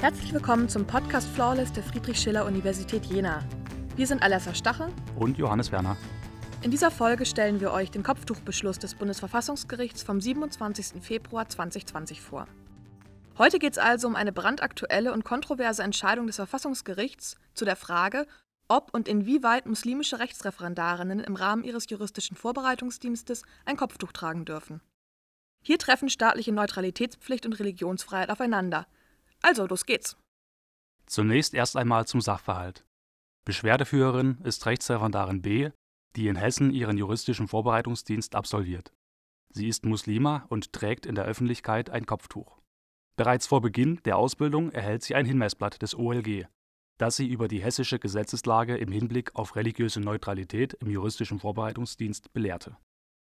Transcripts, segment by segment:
Herzlich willkommen zum Podcast Flawless der Friedrich-Schiller-Universität Jena. Wir sind Alessa Stache und Johannes Werner. In dieser Folge stellen wir euch den Kopftuchbeschluss des Bundesverfassungsgerichts vom 27. Februar 2020 vor. Heute geht es also um eine brandaktuelle und kontroverse Entscheidung des Verfassungsgerichts zu der Frage, ob und inwieweit muslimische Rechtsreferendarinnen im Rahmen ihres juristischen Vorbereitungsdienstes ein Kopftuch tragen dürfen. Hier treffen staatliche Neutralitätspflicht und Religionsfreiheit aufeinander. Also, los geht's. Zunächst erst einmal zum Sachverhalt. Beschwerdeführerin ist Rechtsreferendarin B., die in Hessen ihren juristischen Vorbereitungsdienst absolviert. Sie ist Muslima und trägt in der Öffentlichkeit ein Kopftuch. Bereits vor Beginn der Ausbildung erhält sie ein Hinweisblatt des OLG, das sie über die hessische Gesetzeslage im Hinblick auf religiöse Neutralität im juristischen Vorbereitungsdienst belehrte.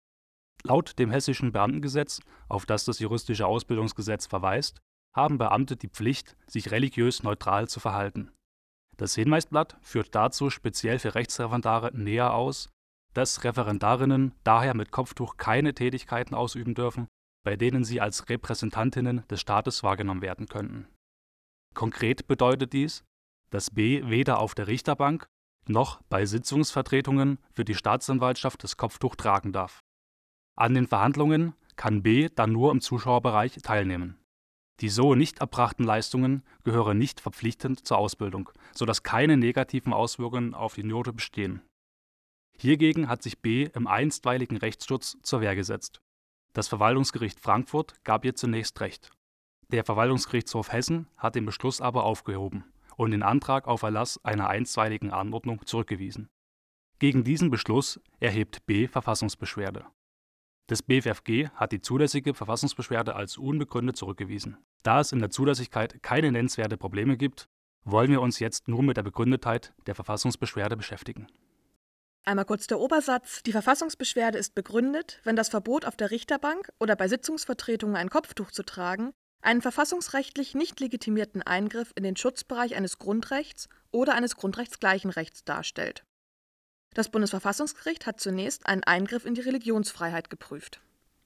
Laut dem hessischen Beamtengesetz, auf das das juristische Ausbildungsgesetz verweist, haben Beamte die Pflicht, sich religiös neutral zu verhalten. Das Hinweisblatt führt dazu speziell für Rechtsreferendare näher aus, dass Referendarinnen daher mit Kopftuch keine Tätigkeiten ausüben dürfen, bei denen sie als Repräsentantinnen des Staates wahrgenommen werden könnten. Konkret bedeutet dies, dass B. weder auf der Richterbank noch bei Sitzungsvertretungen für die Staatsanwaltschaft das Kopftuch tragen darf. An den Verhandlungen kann B. dann nur im Zuschauerbereich teilnehmen. Die so nicht erbrachten Leistungen gehören nicht verpflichtend zur Ausbildung, sodass keine negativen Auswirkungen auf die Note bestehen. Hiergegen hat sich B. im einstweiligen Rechtsschutz zur Wehr gesetzt. Das Verwaltungsgericht Frankfurt gab ihr zunächst Recht. Der Verwaltungsgerichtshof Hessen hat den Beschluss aber aufgehoben und den Antrag auf Erlass einer einstweiligen Anordnung zurückgewiesen. Gegen diesen Beschluss erhebt B. Verfassungsbeschwerde. Das BFFG hat die zulässige Verfassungsbeschwerde als unbegründet zurückgewiesen. Da es in der Zulässigkeit keine nennenswerte Probleme gibt, wollen wir uns jetzt nur mit der Begründetheit der Verfassungsbeschwerde beschäftigen. Einmal kurz der Obersatz. Die Verfassungsbeschwerde ist begründet, wenn das Verbot auf der Richterbank oder bei Sitzungsvertretungen ein Kopftuch zu tragen einen verfassungsrechtlich nicht legitimierten Eingriff in den Schutzbereich eines Grundrechts oder eines grundrechtsgleichen Rechts darstellt. Das Bundesverfassungsgericht hat zunächst einen Eingriff in die Religionsfreiheit geprüft.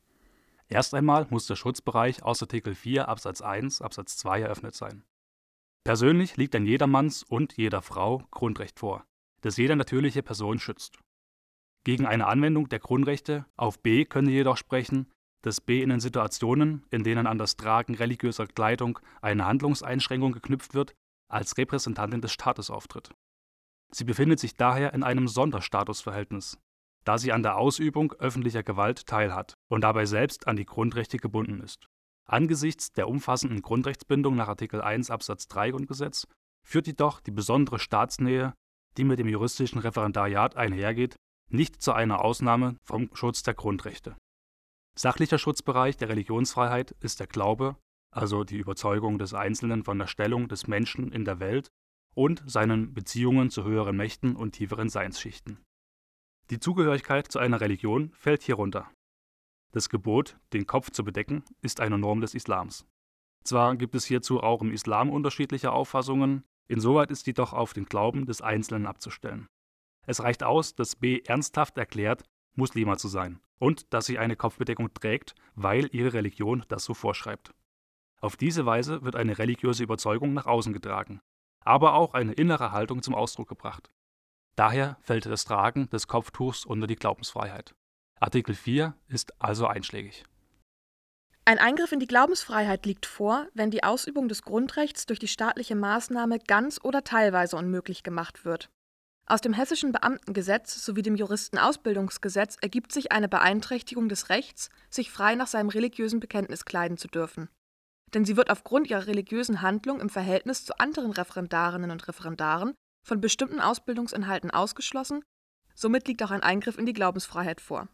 Erst einmal muss der Schutzbereich aus Artikel 4 Absatz 1 Absatz 2 eröffnet sein. Persönlich liegt ein jedermanns und jeder Frau Grundrecht vor, das jede natürliche Person schützt. Gegen eine Anwendung der Grundrechte auf B könne jedoch sprechen, dass B in den Situationen, in denen an das Tragen religiöser Kleidung eine Handlungseinschränkung geknüpft wird, als Repräsentantin des Staates auftritt. Sie befindet sich daher in einem Sonderstatusverhältnis, da sie an der Ausübung öffentlicher Gewalt teilhat und dabei selbst an die Grundrechte gebunden ist. Angesichts der umfassenden Grundrechtsbindung nach Artikel 1 Absatz 3 Grundgesetz führt jedoch die besondere Staatsnähe, die mit dem juristischen Referendariat einhergeht, nicht zu einer Ausnahme vom Schutz der Grundrechte. Sachlicher Schutzbereich der Religionsfreiheit ist der Glaube, also die Überzeugung des Einzelnen von der Stellung des Menschen in der Welt und seinen Beziehungen zu höheren Mächten und tieferen Seinsschichten. Die Zugehörigkeit zu einer Religion fällt hierunter. Das Gebot, den Kopf zu bedecken, ist eine Norm des Islams. Zwar gibt es hierzu auch im Islam unterschiedliche Auffassungen, insoweit ist jedoch auf den Glauben des Einzelnen abzustellen. Es reicht aus, dass B. ernsthaft erklärt, Muslima zu sein und dass sie eine Kopfbedeckung trägt, weil ihre Religion das so vorschreibt. Auf diese Weise wird eine religiöse Überzeugung nach außen getragen, aber auch eine innere Haltung zum Ausdruck gebracht. Daher fällt das Tragen des Kopftuchs unter die Glaubensfreiheit. Artikel 4 ist also einschlägig. Ein Eingriff in die Glaubensfreiheit liegt vor, wenn die Ausübung des Grundrechts durch die staatliche Maßnahme ganz oder teilweise unmöglich gemacht wird. Aus dem Hessischen Beamtengesetz sowie dem Juristenausbildungsgesetz ergibt sich eine Beeinträchtigung des Rechts, sich frei nach seinem religiösen Bekenntnis kleiden zu dürfen. Denn sie wird aufgrund ihrer religiösen Handlung im Verhältnis zu anderen Referendarinnen und Referendaren von bestimmten Ausbildungsinhalten ausgeschlossen, somit liegt auch ein Eingriff in die Glaubensfreiheit vor.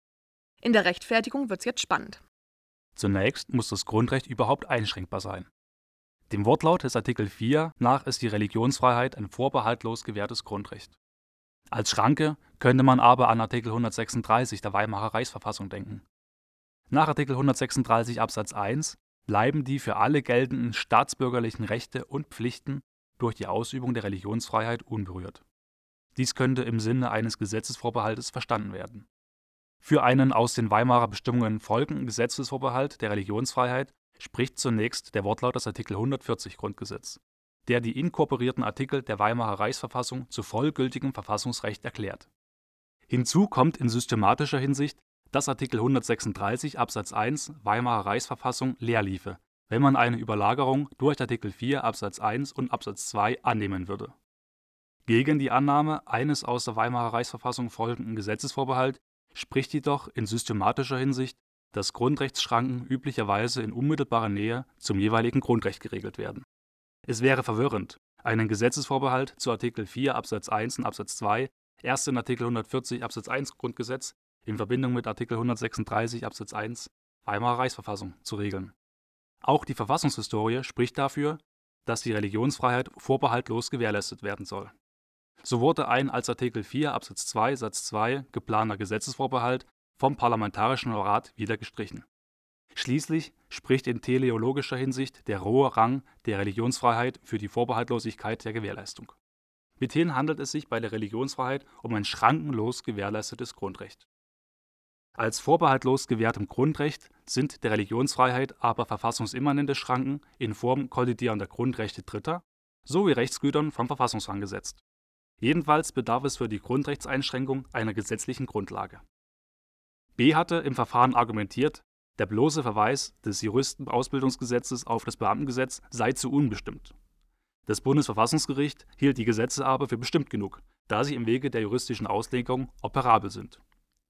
In der Rechtfertigung wird's jetzt spannend. Zunächst muss das Grundrecht überhaupt einschränkbar sein. Dem Wortlaut des Artikel 4 nach ist die Religionsfreiheit ein vorbehaltlos gewährtes Grundrecht. Als Schranke könnte man aber an Artikel 136 der Weimarer Reichsverfassung denken. Nach Artikel 136 Absatz 1 bleiben die für alle geltenden staatsbürgerlichen Rechte und Pflichten durch die Ausübung der Religionsfreiheit unberührt. Dies könnte im Sinne eines Gesetzesvorbehaltes verstanden werden. Für einen aus den Weimarer Bestimmungen folgenden Gesetzesvorbehalt der Religionsfreiheit spricht zunächst der Wortlaut des Artikel 140 Grundgesetz, der die inkorporierten Artikel der Weimarer Reichsverfassung zu vollgültigem Verfassungsrecht erklärt. Hinzu kommt in systematischer Hinsicht, dass Artikel 136 Absatz 1 Weimarer Reichsverfassung leer liefe, wenn man eine Überlagerung durch Artikel 4 Absatz 1 und Absatz 2 annehmen würde. Gegen die Annahme eines aus der Weimarer Reichsverfassung folgenden Gesetzesvorbehalts spricht jedoch in systematischer Hinsicht, dass Grundrechtsschranken üblicherweise in unmittelbarer Nähe zum jeweiligen Grundrecht geregelt werden. Es wäre verwirrend, einen Gesetzesvorbehalt zu Artikel 4 Absatz 1 und Absatz 2 erst in Artikel 140 Absatz 1 Grundgesetz in Verbindung mit Artikel 136 Absatz 1 Weimarer Reichsverfassung zu regeln. Auch die Verfassungshistorie spricht dafür, dass die Religionsfreiheit vorbehaltlos gewährleistet werden soll. So wurde ein als Artikel 4 Absatz 2 Satz 2 geplanter Gesetzesvorbehalt vom Parlamentarischen Rat wieder gestrichen. Schließlich spricht in teleologischer Hinsicht der rohe Rang der Religionsfreiheit für die Vorbehaltlosigkeit der Gewährleistung. Mithin handelt es sich bei der Religionsfreiheit um ein schrankenlos gewährleistetes Grundrecht. Als vorbehaltlos gewährtem Grundrecht sind der Religionsfreiheit aber verfassungsimmanente Schranken in Form kollidierender Grundrechte Dritter sowie Rechtsgütern vom Verfassungsrang gesetzt. Jedenfalls bedarf es für die Grundrechtseinschränkung einer gesetzlichen Grundlage. B. hatte im Verfahren argumentiert, der bloße Verweis des Juristenausbildungsgesetzes auf das Beamtengesetz sei zu unbestimmt. Das Bundesverfassungsgericht hielt die Gesetze aber für bestimmt genug, da sie im Wege der juristischen Auslegung operabel sind.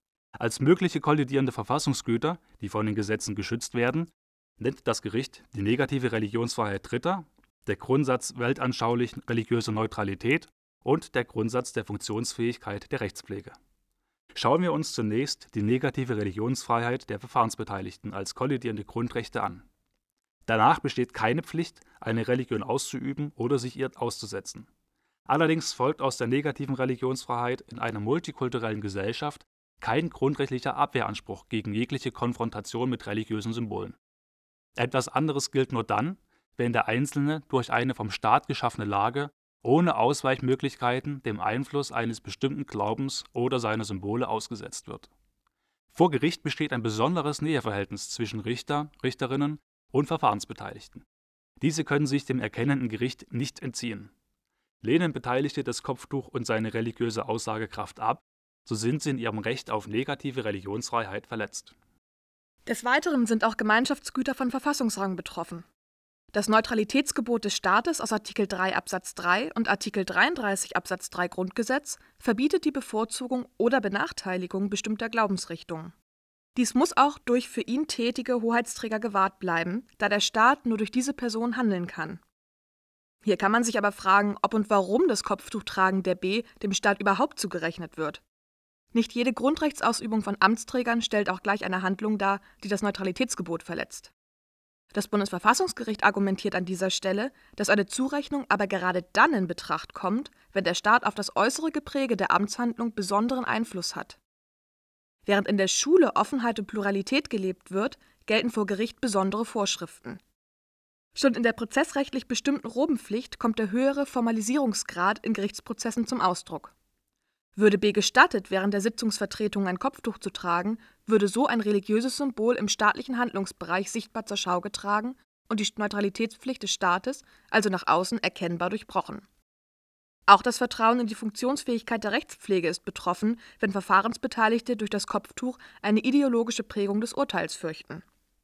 Als mögliche kollidierende Verfassungsgüter, die von den Gesetzen geschützt werden, nennt das Gericht die negative Religionsfreiheit Dritter, der Grundsatz weltanschaulich religiöser Neutralität und der Grundsatz der Funktionsfähigkeit der Rechtspflege. Schauen wir uns zunächst die negative Religionsfreiheit der Verfahrensbeteiligten als kollidierende Grundrechte an. Danach besteht keine Pflicht, eine Religion auszuüben oder sich ihr auszusetzen. Allerdings folgt aus der negativen Religionsfreiheit in einer multikulturellen Gesellschaft kein grundrechtlicher Abwehranspruch gegen jegliche Konfrontation mit religiösen Symbolen. Etwas anderes gilt nur dann, wenn der Einzelne durch eine vom Staat geschaffene Lage ohne Ausweichmöglichkeiten dem Einfluss eines bestimmten Glaubens oder seiner Symbole ausgesetzt wird. Vor Gericht besteht ein besonderes Näheverhältnis zwischen Richter, Richterinnen und Verfahrensbeteiligten. Diese können sich dem erkennenden Gericht nicht entziehen. Lehnen Beteiligte das Kopftuch und seine religiöse Aussagekraft ab, so sind sie in ihrem Recht auf negative Religionsfreiheit verletzt. Des Weiteren sind auch Gemeinschaftsgüter von Verfassungsrang betroffen. Das Neutralitätsgebot des Staates aus Artikel 3 Absatz 3 und Artikel 33 Absatz 3 Grundgesetz verbietet die Bevorzugung oder Benachteiligung bestimmter Glaubensrichtungen. Dies muss auch durch für ihn tätige Hoheitsträger gewahrt bleiben, da der Staat nur durch diese Person handeln kann. Hier kann man sich aber fragen, ob und warum das Kopftuchtragen der B dem Staat überhaupt zugerechnet wird. Nicht jede Grundrechtsausübung von Amtsträgern stellt auch gleich eine Handlung dar, die das Neutralitätsgebot verletzt. Das Bundesverfassungsgericht argumentiert an dieser Stelle, dass eine Zurechnung aber gerade dann in Betracht kommt, wenn der Staat auf das äußere Gepräge der Amtshandlung besonderen Einfluss hat. Während in der Schule Offenheit und Pluralität gelebt wird, gelten vor Gericht besondere Vorschriften. Schon in der prozessrechtlich bestimmten Robenpflicht kommt der höhere Formalisierungsgrad in Gerichtsprozessen zum Ausdruck. Würde B gestattet, während der Sitzungsvertretung ein Kopftuch zu tragen, würde so ein religiöses Symbol im staatlichen Handlungsbereich sichtbar zur Schau getragen und die Neutralitätspflicht des Staates, also nach außen, erkennbar durchbrochen. Auch das Vertrauen in die Funktionsfähigkeit der Rechtspflege ist betroffen, wenn Verfahrensbeteiligte durch das Kopftuch eine ideologische Prägung des Urteils fürchten.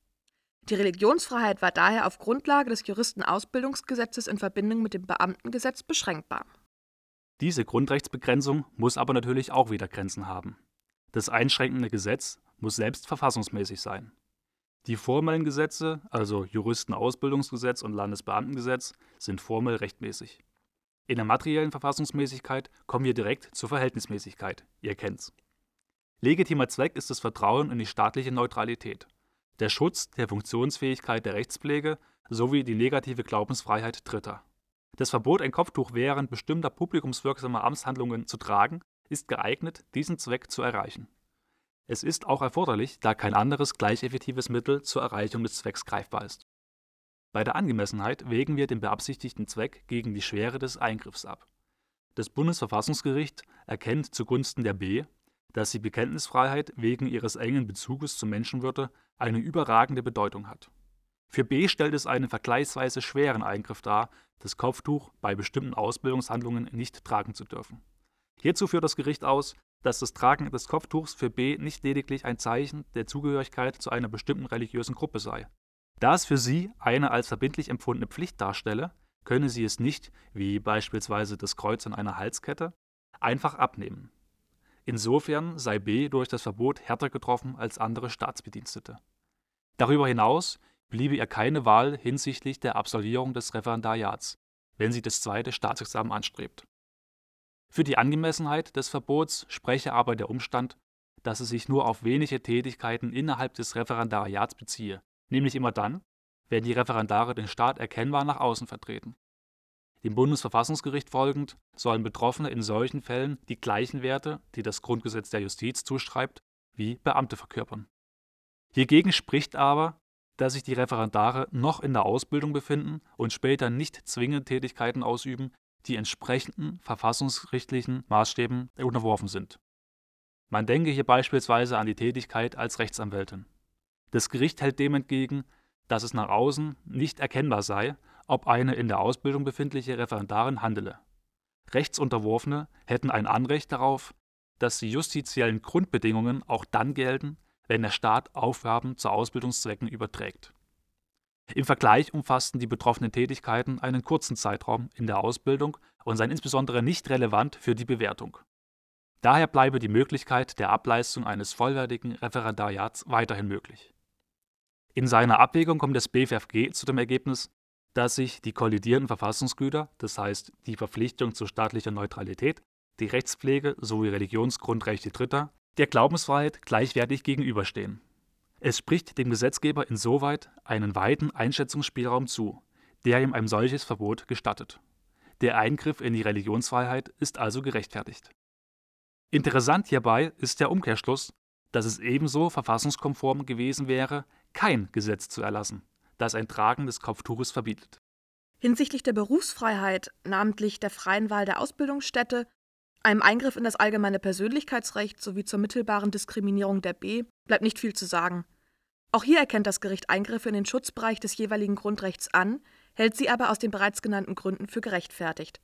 Die Religionsfreiheit war daher auf Grundlage des Juristenausbildungsgesetzes in Verbindung mit dem Beamtengesetz beschränkbar. Diese Grundrechtsbegrenzung muss aber natürlich auch wieder Grenzen haben. Das einschränkende Gesetz muss selbst verfassungsmäßig sein. Die formellen Gesetze, also Juristenausbildungsgesetz und Landesbeamtengesetz, sind formell rechtmäßig. In der materiellen Verfassungsmäßigkeit kommen wir direkt zur Verhältnismäßigkeit, ihr kennt's. Legitimer Zweck ist das Vertrauen in die staatliche Neutralität, der Schutz der Funktionsfähigkeit der Rechtspflege sowie die negative Glaubensfreiheit Dritter. Das Verbot, ein Kopftuch während bestimmter publikumswirksamer Amtshandlungen zu tragen, ist geeignet, diesen Zweck zu erreichen. Es ist auch erforderlich, da kein anderes gleich effektives Mittel zur Erreichung des Zwecks greifbar ist. Bei der Angemessenheit wägen wir den beabsichtigten Zweck gegen die Schwere des Eingriffs ab. Das Bundesverfassungsgericht erkennt zugunsten der B, dass die Bekenntnisfreiheit wegen ihres engen Bezuges zur Menschenwürde eine überragende Bedeutung hat. Für B stellt es einen vergleichsweise schweren Eingriff dar, das Kopftuch bei bestimmten Ausbildungshandlungen nicht tragen zu dürfen. Hierzu führt das Gericht aus, dass das Tragen des Kopftuchs für B nicht lediglich ein Zeichen der Zugehörigkeit zu einer bestimmten religiösen Gruppe sei. Da es für sie eine als verbindlich empfundene Pflicht darstelle, könne sie es nicht, wie beispielsweise das Kreuz an einer Halskette, einfach abnehmen. Insofern sei B durch das Verbot härter getroffen als andere Staatsbedienstete. Darüber hinaus bliebe ihr keine Wahl hinsichtlich der Absolvierung des Referendariats, wenn sie das zweite Staatsexamen anstrebt. Für die Angemessenheit des Verbots spreche aber der Umstand, dass es sich nur auf wenige Tätigkeiten innerhalb des Referendariats beziehe, nämlich immer dann, wenn die Referendare den Staat erkennbar nach außen vertreten. Dem Bundesverfassungsgericht folgend sollen Betroffene in solchen Fällen die gleichen Werte, die das Grundgesetz der Justiz zuschreibt, wie Beamte verkörpern. Hiergegen spricht aber, dass sich die Referendare noch in der Ausbildung befinden und später nicht zwingend Tätigkeiten ausüben, die entsprechenden verfassungsrechtlichen Maßstäben unterworfen sind. Man denke hier beispielsweise an die Tätigkeit als Rechtsanwältin. Das Gericht hält dem entgegen, dass es nach außen nicht erkennbar sei, ob eine in der Ausbildung befindliche Referendarin handele. Rechtsunterworfene hätten ein Anrecht darauf, dass die justiziellen Grundbedingungen auch dann gelten, wenn der Staat Aufgaben zu Ausbildungszwecken überträgt. Im Vergleich umfassten die betroffenen Tätigkeiten einen kurzen Zeitraum in der Ausbildung und seien insbesondere nicht relevant für die Bewertung. Daher bleibe die Möglichkeit der Ableistung eines vollwertigen Referendariats weiterhin möglich. In seiner Abwägung kommt das BFFG zu dem Ergebnis, dass sich die kollidierenden Verfassungsgüter, das heißt die Verpflichtung zu staatlicher Neutralität, die Rechtspflege sowie Religionsgrundrechte Dritter, der Glaubensfreiheit gleichwertig gegenüberstehen. Es spricht dem Gesetzgeber insoweit einen weiten Einschätzungsspielraum zu, der ihm ein solches Verbot gestattet. Der Eingriff in die Religionsfreiheit ist also gerechtfertigt. Interessant hierbei ist der Umkehrschluss, dass es ebenso verfassungskonform gewesen wäre, kein Gesetz zu erlassen, das ein Tragen des Kopftuches verbietet. Hinsichtlich der Berufsfreiheit, namentlich der freien Wahl der Ausbildungsstätte, einem Eingriff in das allgemeine Persönlichkeitsrecht sowie zur mittelbaren Diskriminierung der B, bleibt nicht viel zu sagen. Auch hier erkennt das Gericht Eingriffe in den Schutzbereich des jeweiligen Grundrechts an, hält sie aber aus den bereits genannten Gründen für gerechtfertigt.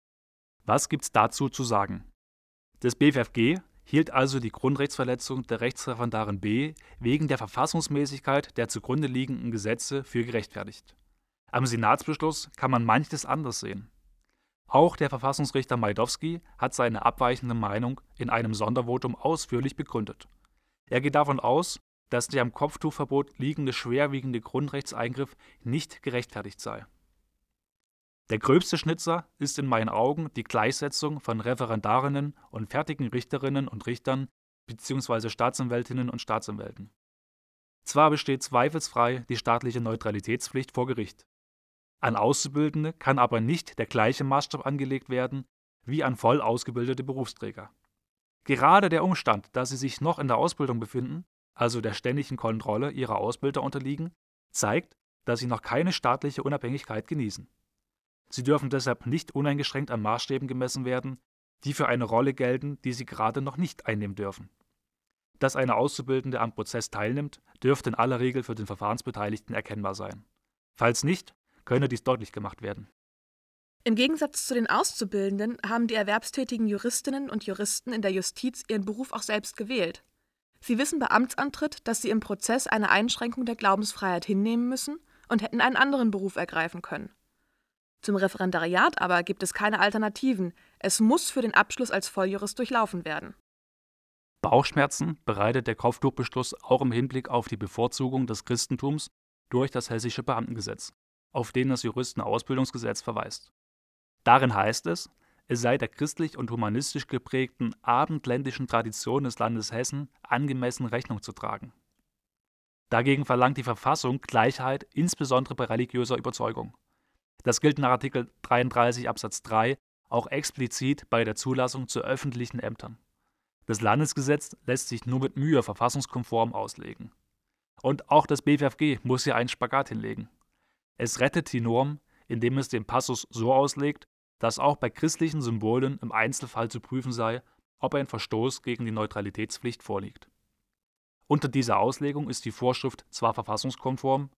Was gibt's dazu zu sagen? Das BFFG hielt also die Grundrechtsverletzung der Rechtsreferendarin B wegen der Verfassungsmäßigkeit der zugrunde liegenden Gesetze für gerechtfertigt. Am Senatsbeschluss kann man manches anders sehen. Auch der Verfassungsrichter Majdowski hat seine abweichende Meinung in einem Sondervotum ausführlich begründet. Er geht davon aus, dass der am Kopftuchverbot liegende schwerwiegende Grundrechtseingriff nicht gerechtfertigt sei. Der gröbste Schnitzer ist in meinen Augen die Gleichsetzung von Referendarinnen und fertigen Richterinnen und Richtern bzw. Staatsanwältinnen und Staatsanwälten. Zwar besteht zweifelsfrei die staatliche Neutralitätspflicht vor Gericht. An Auszubildende kann aber nicht der gleiche Maßstab angelegt werden wie an voll ausgebildete Berufsträger. Gerade der Umstand, dass sie sich noch in der Ausbildung befinden, also der ständigen Kontrolle ihrer Ausbilder unterliegen, zeigt, dass sie noch keine staatliche Unabhängigkeit genießen. Sie dürfen deshalb nicht uneingeschränkt an Maßstäben gemessen werden, die für eine Rolle gelten, die sie gerade noch nicht einnehmen dürfen. Dass eine Auszubildende am Prozess teilnimmt, dürfte in aller Regel für den Verfahrensbeteiligten erkennbar sein. Falls nicht, könne dies deutlich gemacht werden. Im Gegensatz zu den Auszubildenden haben die erwerbstätigen Juristinnen und Juristen in der Justiz ihren Beruf auch selbst gewählt. Sie wissen bei Amtsantritt, dass sie im Prozess eine Einschränkung der Glaubensfreiheit hinnehmen müssen und hätten einen anderen Beruf ergreifen können. Zum Referendariat aber gibt es keine Alternativen. Es muss für den Abschluss als Volljurist durchlaufen werden. Bauchschmerzen bereitet der Kopftuchbeschluss auch im Hinblick auf die Bevorzugung des Christentums durch das Hessische Beamtengesetz, auf den das Juristenausbildungsgesetz verweist. Darin heißt es sei der christlich und humanistisch geprägten abendländischen Tradition des Landes Hessen angemessen Rechnung zu tragen. Dagegen verlangt die Verfassung Gleichheit, insbesondere bei religiöser Überzeugung. Das gilt nach Artikel 33 Absatz 3 auch explizit bei der Zulassung zu öffentlichen Ämtern. Das Landesgesetz lässt sich nur mit Mühe verfassungskonform auslegen. Und auch das BFFG muss hier einen Spagat hinlegen. Es rettet die Norm, indem es den Passus so auslegt, dass auch bei christlichen Symbolen im Einzelfall zu prüfen sei, ob ein Verstoß gegen die Neutralitätspflicht vorliegt. Unter dieser Auslegung ist die Vorschrift zwar verfassungskonform,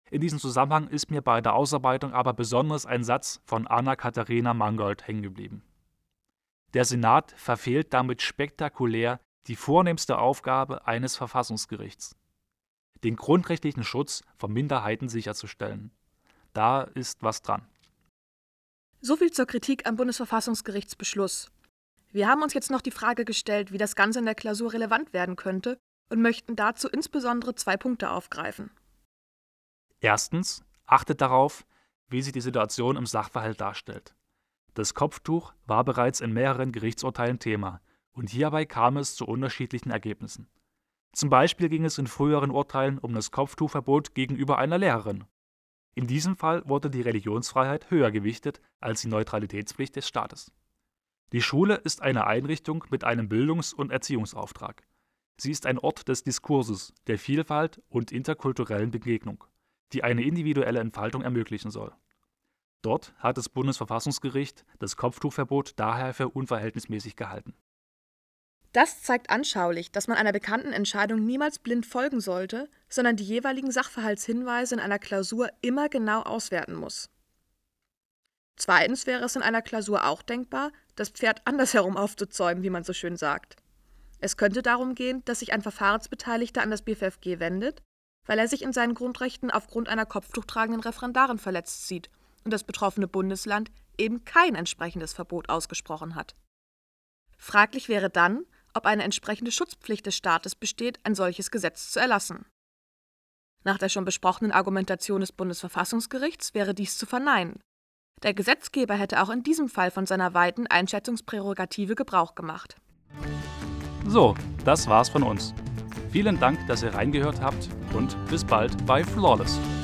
In diesem Zusammenhang ist mir bei der Ausarbeitung aber besonders ein Satz von Anna-Katharina Mangold hängen geblieben. Der Senat verfehlt damit spektakulär die vornehmste Aufgabe eines Verfassungsgerichts: den grundrechtlichen Schutz von Minderheiten sicherzustellen. Da ist was dran. Soviel zur Kritik am Bundesverfassungsgerichtsbeschluss. Wir haben uns jetzt noch die Frage gestellt, wie das Ganze in der Klausur relevant werden könnte und möchten dazu insbesondere 2 Punkte aufgreifen. Erstens, achtet darauf, wie sich die Situation im Sachverhalt darstellt. Das Kopftuch war bereits in mehreren Gerichtsurteilen Thema und hierbei kam es zu unterschiedlichen Ergebnissen. Zum Beispiel ging es in früheren Urteilen um das Kopftuchverbot gegenüber einer Lehrerin. In diesem Fall wurde die Religionsfreiheit höher gewichtet als die Neutralitätspflicht des Staates. Die Schule ist eine Einrichtung mit einem Bildungs- und Erziehungsauftrag. Sie ist ein Ort des Diskurses, der Vielfalt und interkulturellen Begegnung, die eine individuelle Entfaltung ermöglichen soll. Dort hat das Bundesverfassungsgericht das Kopftuchverbot daher für unverhältnismäßig gehalten. Das zeigt anschaulich, dass man einer bekannten Entscheidung niemals blind folgen sollte, sondern die jeweiligen Sachverhaltshinweise in einer Klausur immer genau auswerten muss. Zweitens wäre es in einer Klausur auch denkbar, das Pferd andersherum aufzuzäumen, wie man so schön sagt. Es könnte darum gehen, dass sich ein Verfahrensbeteiligter an das BVFG wendet, weil er sich in seinen Grundrechten aufgrund einer kopftuchtragenden Referendarin verletzt sieht und das betroffene Bundesland eben kein entsprechendes Verbot ausgesprochen hat. Fraglich wäre dann, ob eine entsprechende Schutzpflicht des Staates besteht, ein solches Gesetz zu erlassen. Nach der schon besprochenen Argumentation des Bundesverfassungsgerichts wäre dies zu verneinen. Der Gesetzgeber hätte auch in diesem Fall von seiner weiten Einschätzungsprärogative Gebrauch gemacht. So, das war's von uns. Vielen Dank, dass ihr reingehört habt und bis bald bei Flawless.